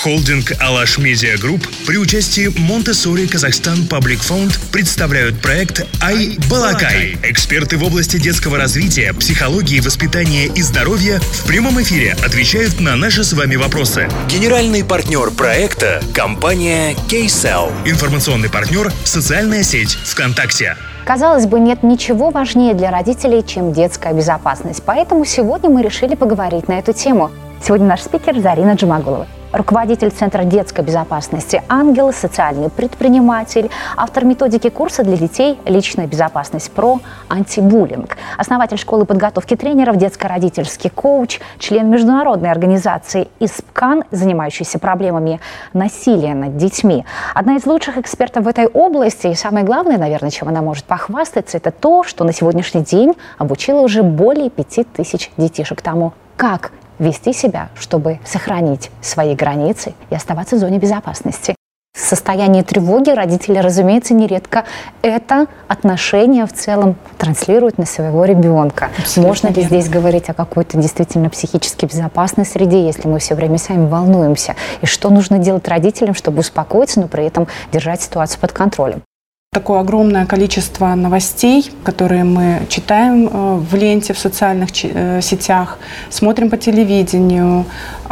Холдинг «Алаш Медиа Групп» при участии Монтессори Казахстан Паблик Фонд представляют проект «Ай Балакай». Эксперты в области детского развития, психологии, воспитания и здоровья в прямом эфире отвечают на наши с вами вопросы. Генеральный партнер проекта – компания K-Cell. Информационный партнер – социальная сеть ВКонтакте. Казалось бы, нет ничего важнее для родителей, чем детская безопасность. Поэтому сегодня мы решили поговорить на эту тему. Сегодня наш спикер Зарина Джумагулова, руководитель Центра детской безопасности «Ангел», социальный предприниматель, автор методики курса для детей «Личная безопасность ПРО. Антибуллинг», основатель школы подготовки тренеров, детско-родительский коуч, член международной организации ИСПКАН, занимающийся проблемами насилия над детьми. Одна из лучших экспертов в этой области, и самое главное, наверное, чем она может похвастаться, это то, что на сегодняшний день обучила уже более 5000 детишек тому, как вести себя, чтобы сохранить свои границы и оставаться в зоне безопасности. В состоянии тревоги родители, разумеется, нередко это отношение в целом транслируют на своего ребенка. Абсолютно Можно ли здесь говорить о какой-то действительно психически безопасной среде, если мы все время сами волнуемся? И что нужно делать родителям, чтобы успокоиться, но при этом держать ситуацию под контролем? Такое огромное количество новостей, которые мы читаем в ленте, в социальных сетях, смотрим по телевидению,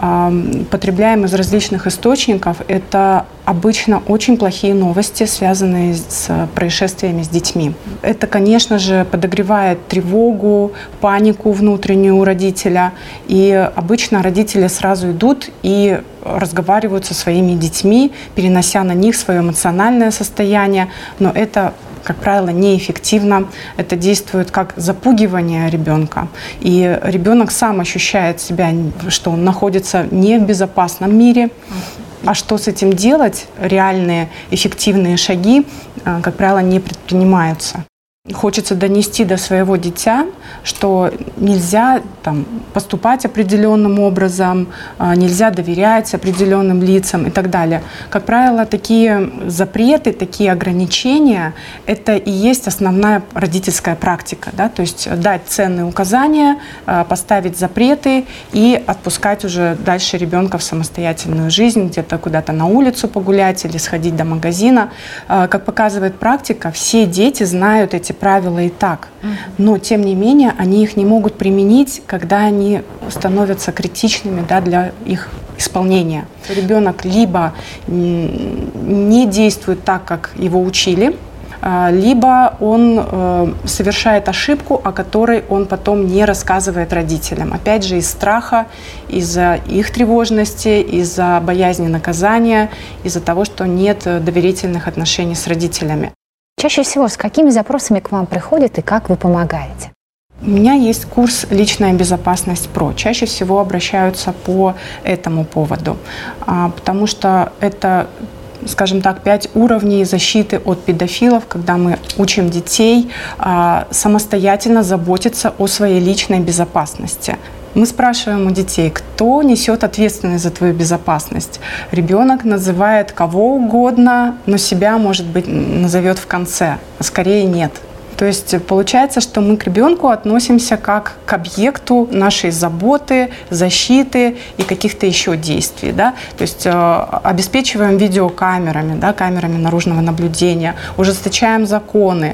потребляем из различных источников. Это обычно очень плохие новости, связанные с происшествиями с детьми. Это, конечно же, подогревает тревогу, панику внутреннюю у родителя. И обычно родители сразу идут и разговаривают со своими детьми, перенося на них свое эмоциональное состояние. Но это, как правило, неэффективно. Это действует как запугивание ребенка. И ребенок сам ощущает себя, что он находится не в безопасном мире. А что с этим делать? Реальные эффективные шаги, как правило, не предпринимаются. Хочется донести до своего дитя, что нельзя поступать определенным образом, нельзя доверять определенным лицам и так далее. Как правило, такие запреты, такие ограничения – это и есть основная родительская практика. Да? То есть дать ценные указания, поставить запреты и отпускать уже дальше ребенка в самостоятельную жизнь, где-то куда-то на улицу погулять или сходить до магазина. Как показывает практика, все дети знают эти правила и так. Но, тем не менее, они их не могут применить, когда они становятся критичными, да, для их исполнения. Ребенок либо не действует так, как его учили, либо он совершает ошибку, о которой он потом не рассказывает родителям. Опять же, из страха, из-за их тревожности, из-за боязни наказания, из-за того, что нет доверительных отношений с родителями. Чаще всего с какими запросами к вам приходят и как вы помогаете? У меня есть курс «Личная безопасность ПРО». Чаще всего обращаются по этому поводу, потому что это, скажем так, 5 уровней защиты от педофилов, когда мы учим детей самостоятельно заботиться о своей личной безопасности. Мы спрашиваем у детей, кто несет ответственность за твою безопасность. Ребенок называет кого угодно, но себя, может быть, назовет в конце, а скорее нет. То есть получается, что мы к ребенку относимся как к объекту нашей заботы, защиты и каких-то еще действий. Да? То есть обеспечиваем видеокамерами, да, камерами наружного наблюдения, ужесточаем законы,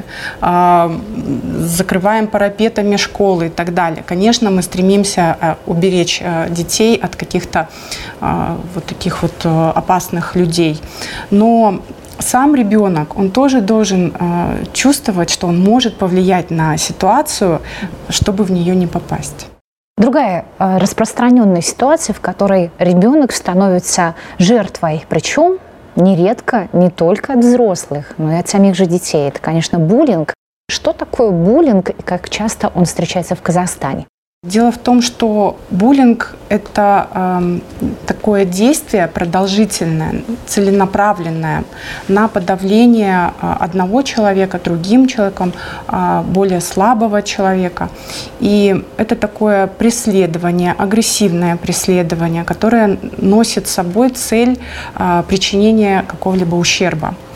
закрываем парапетами школы и так далее. Конечно, мы стремимся уберечь детей от каких-то вот таких вот опасных людей. Но сам ребенок, он тоже должен чувствовать, что он может повлиять на ситуацию, чтобы в нее не попасть. Другая распространенная ситуация, в которой ребенок становится жертвой, причем нередко не только от взрослых, но и от самих же детей. Это, конечно, буллинг. Что такое буллинг и как часто он встречается в Казахстане? Дело в том, что буллинг – это такое действие продолжительное, целенаправленное на подавление одного человека другим человеком, более слабого человека. И это такое преследование, агрессивное преследование, которое носит с собой цель причинения какого-либо ущерба.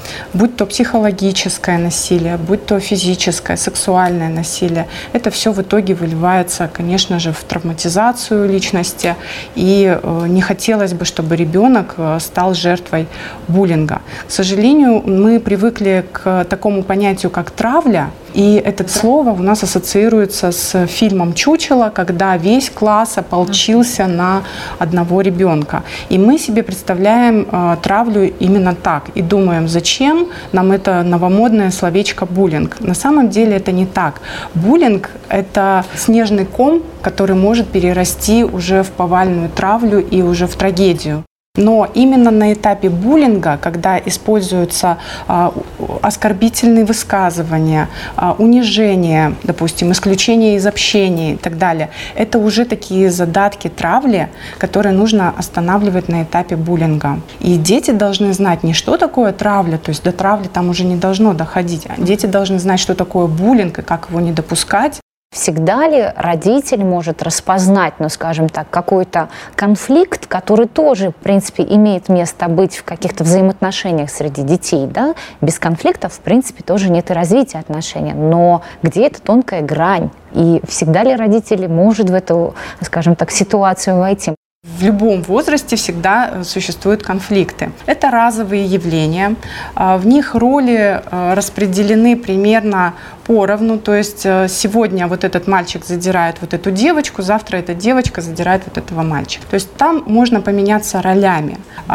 будь то психологическое насилие, будь то физическое, сексуальное насилие. Это все в итоге выливается, конечно же, в травматизацию личности. И не хотелось бы, чтобы ребенок стал жертвой буллинга. К сожалению, мы привыкли к такому понятию, как травля. И это слово у нас ассоциируется с фильмом «Чучело», когда весь класс ополчился на одного ребенка. И мы себе представляем травлю именно так. И думаем, зачем нам это новомодное словечко «буллинг». На самом деле это не так. Буллинг – это снежный ком, который может перерасти уже в повальную травлю и уже в трагедию. Но именно на этапе буллинга, когда используются оскорбительные высказывания, унижение, допустим, исключение из общения и так далее, это уже такие задатки травли, которые нужно останавливать на этапе буллинга. И дети должны знать не что такое травля, то есть до травли там уже не должно доходить. Дети должны знать, что такое буллинг и как его не допускать. Всегда ли родитель может распознать, ну, скажем так, какой-то конфликт, который тоже, в принципе, имеет место быть в каких-то взаимоотношениях среди детей, да? Без конфликтов, в принципе, тоже нет и развития отношений. Но где эта тонкая грань? И всегда ли родитель может в эту, скажем так, ситуацию войти? В любом возрасте всегда существуют конфликты. Это разовые явления. В них роли распределены примерно поровну. То есть сегодня вот этот мальчик задирает вот эту девочку, завтра эта девочка задирает вот этого мальчика. То есть там можно поменяться ролями.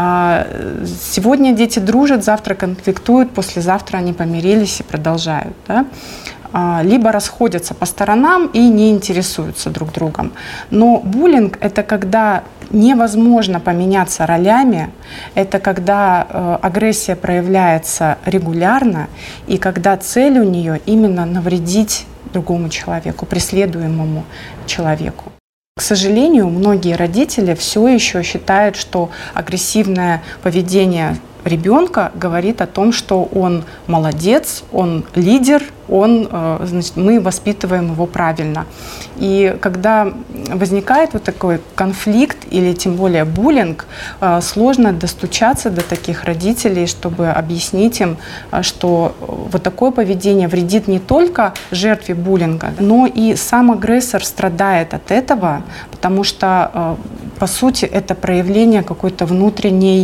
Сегодня дети дружат, завтра конфликтуют, послезавтра они помирились и продолжают. Да? Либо расходятся по сторонам и не интересуются друг другом. Но буллинг – это когда невозможно поменяться ролями, это когда агрессия проявляется регулярно, и когда цель у нее именно навредить другому человеку, преследуемому человеку. К сожалению, многие родители все еще считают, что агрессивное поведение ребенка говорит о том, что он молодец, он лидер, значит, мы воспитываем его правильно. И когда возникает вот такой конфликт или тем более буллинг, сложно достучаться до таких родителей, чтобы объяснить им, что вот такое поведение вредит не только жертве буллинга, но и сам агрессор страдает от этого, потому что, по сути, это проявление какой-то внутренней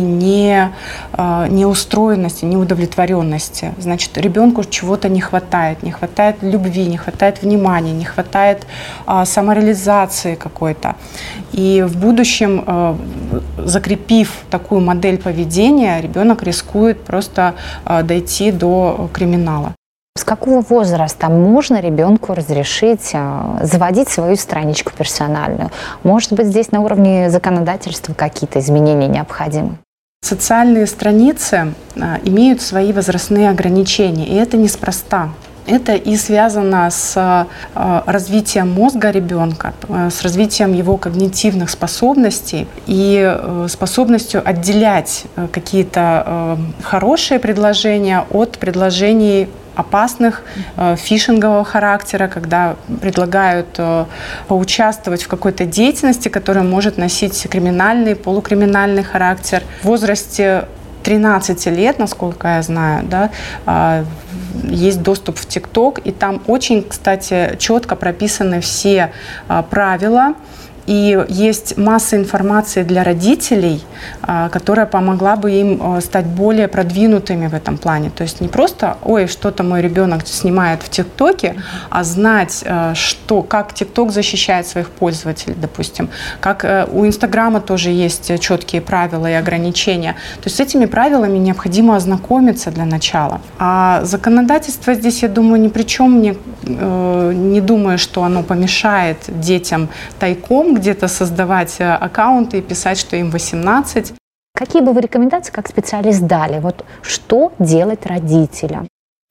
неустроенности, неудовлетворенности. Значит, ребенку чего-то не хватает любви, не хватает внимания, не хватает самореализации какой-то. И в будущем, закрепив такую модель поведения, ребенок рискует просто дойти до криминала. С какого возраста можно ребенку разрешить заводить свою страничку персональную? Может быть, здесь на уровне законодательства какие-то изменения необходимы? Социальные страницы имеют свои возрастные ограничения, и это неспроста. Это и связано с развитием мозга ребенка, с развитием его когнитивных способностей и способностью отделять какие-то хорошие предложения от предложений опасных, фишингового характера, когда предлагают поучаствовать в какой-то деятельности, которая может носить криминальный, полукриминальный характер. В возрасте 13 лет, насколько я знаю, да, есть доступ в ТикТок, и там очень, кстати, четко прописаны все правила. И есть масса информации для родителей, которая помогла бы им стать более продвинутыми в этом плане. То есть не просто, ой, что-то мой ребенок снимает в ТикТоке, а знать, как ТикТок защищает своих пользователей, допустим. Как у Инстаграма тоже есть четкие правила и ограничения. То есть с этими правилами необходимо ознакомиться для начала. А законодательство здесь, я думаю, ни при чем. Не думаю, что оно помешает детям тайком где-то создавать аккаунты и писать, что им 18. Какие бы вы рекомендации как специалист дали? Вот что делать родителям?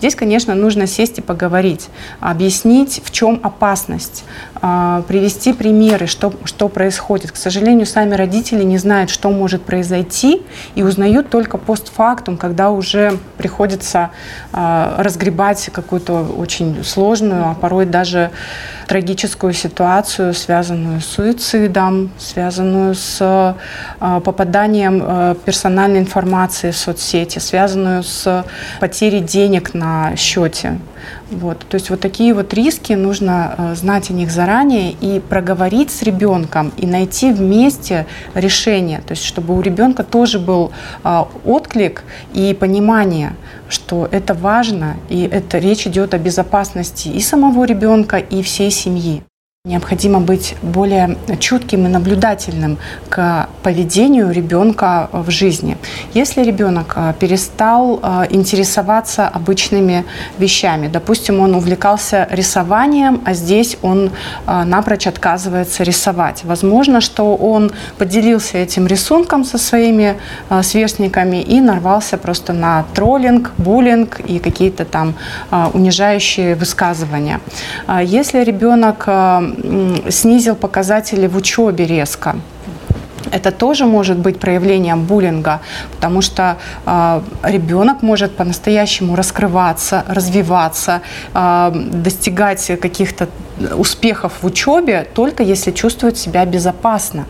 Здесь, конечно, нужно сесть и поговорить, объяснить, в чем опасность, привести примеры, что происходит. К сожалению, сами родители не знают, что может произойти, и узнают только постфактум, когда уже приходится разгребать какую-то очень сложную, а порой даже трагическую ситуацию, связанную с суицидом, связанную с попаданием персональной информации в соцсети, связанную с потерей денег на счете. То есть такие риски, нужно знать о них заранее и проговорить с ребенком и найти вместе решение, то есть чтобы у ребенка тоже был отклик и понимание, что это важно, и речь идет о безопасности и самого ребенка, и всей семьи. Необходимо быть более чутким и наблюдательным к поведению ребенка в жизни. Если ребенок перестал интересоваться обычными вещами, допустим, он увлекался рисованием, а здесь он напрочь отказывается рисовать. Возможно, что он поделился этим рисунком со своими сверстниками и нарвался просто на троллинг, буллинг и какие-то там унижающие высказывания. Если ребенок снизил показатели в учебе резко, это тоже может быть проявлением буллинга, потому что ребенок может по-настоящему раскрываться, развиваться, достигать каких-то успехов в учебе только если чувствует себя безопасно.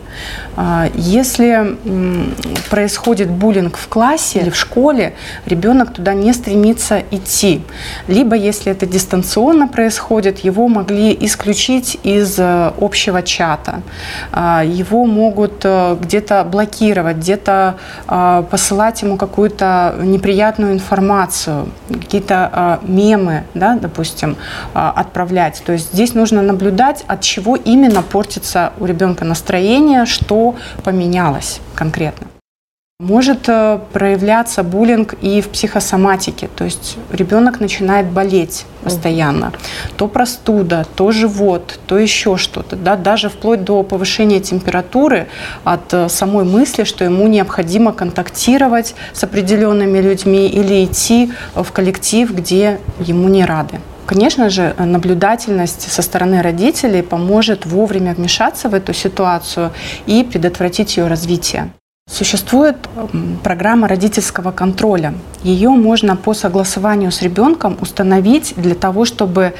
Если происходит буллинг в классе или в школе, ребенок туда не стремится идти. Либо, если это дистанционно происходит, его могли исключить из общего чата. Его могут где-то блокировать, где-то посылать ему какую-то неприятную информацию, какие-то мемы, допустим, отправлять. То есть здесь нужно наблюдать, от чего именно портится у ребенка настроение, что поменялось конкретно. Может проявляться буллинг и в психосоматике, то есть ребенок начинает болеть постоянно. То простуда, то живот, то еще что-то. Даже вплоть до повышения температуры от самой мысли, что ему необходимо контактировать с определенными людьми или идти в коллектив, где ему не рады. Конечно же, наблюдательность со стороны родителей поможет вовремя вмешаться в эту ситуацию и предотвратить ее развитие. Существует программа родительского контроля. Ее можно по согласованию с ребенком установить для того, чтобы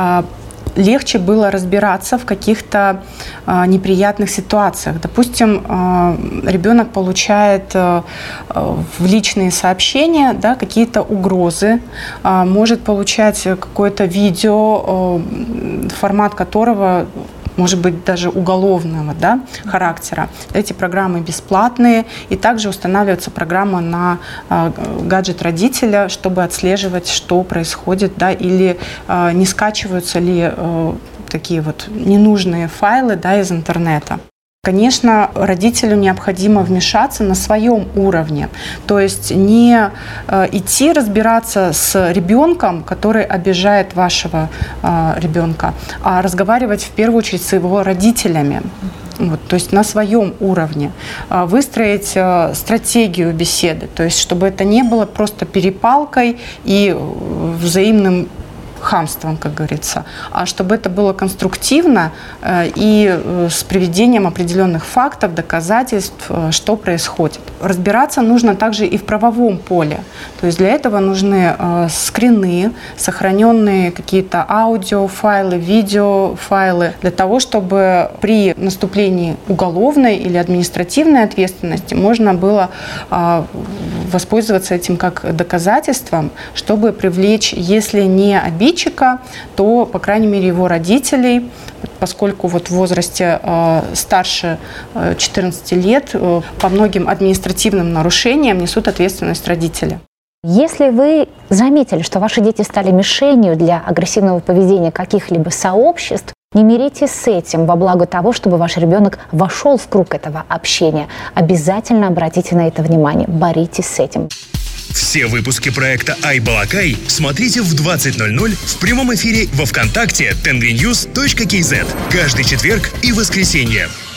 легче было разбираться в каких-то неприятных ситуациях. Допустим, ребенок получает в личные сообщения какие-то угрозы, может получать какое-то видео, формат которого может быть даже уголовного характера. Эти программы бесплатные, и также устанавливается программа на гаджет родителя, чтобы отслеживать, что происходит, или не скачиваются ли такие ненужные файлы из интернета. Конечно, родителю необходимо вмешаться на своем уровне, то есть не идти разбираться с ребенком, который обижает вашего ребенка, а разговаривать в первую очередь с его родителями. То есть на своем уровне. Выстроить стратегию беседы, то есть чтобы это не было просто перепалкой и взаимным хамством, как говорится, а чтобы это было конструктивно и с приведением определенных фактов, доказательств, что происходит. Разбираться нужно также и в правовом поле. То есть для этого нужны скрины, сохраненные какие-то аудиофайлы, видеофайлы, для того, чтобы при наступлении уголовной или административной ответственности можно было воспользоваться этим как доказательством, чтобы привлечь, если не обидчика, то, по крайней мере, его родителей, поскольку в возрасте старше 14 лет по многим административным нарушениям несут ответственность родители. Если вы заметили, что ваши дети стали мишенью для агрессивного поведения каких-либо сообществ, не миритесь с этим во благо того, чтобы ваш ребенок вошел в круг этого общения. Обязательно обратите на это внимание. Боритесь с этим. Все выпуски проекта iBalakay смотрите в 20:00 в прямом эфире во ВКонтакте tenvynews.kz каждый четверг и воскресенье.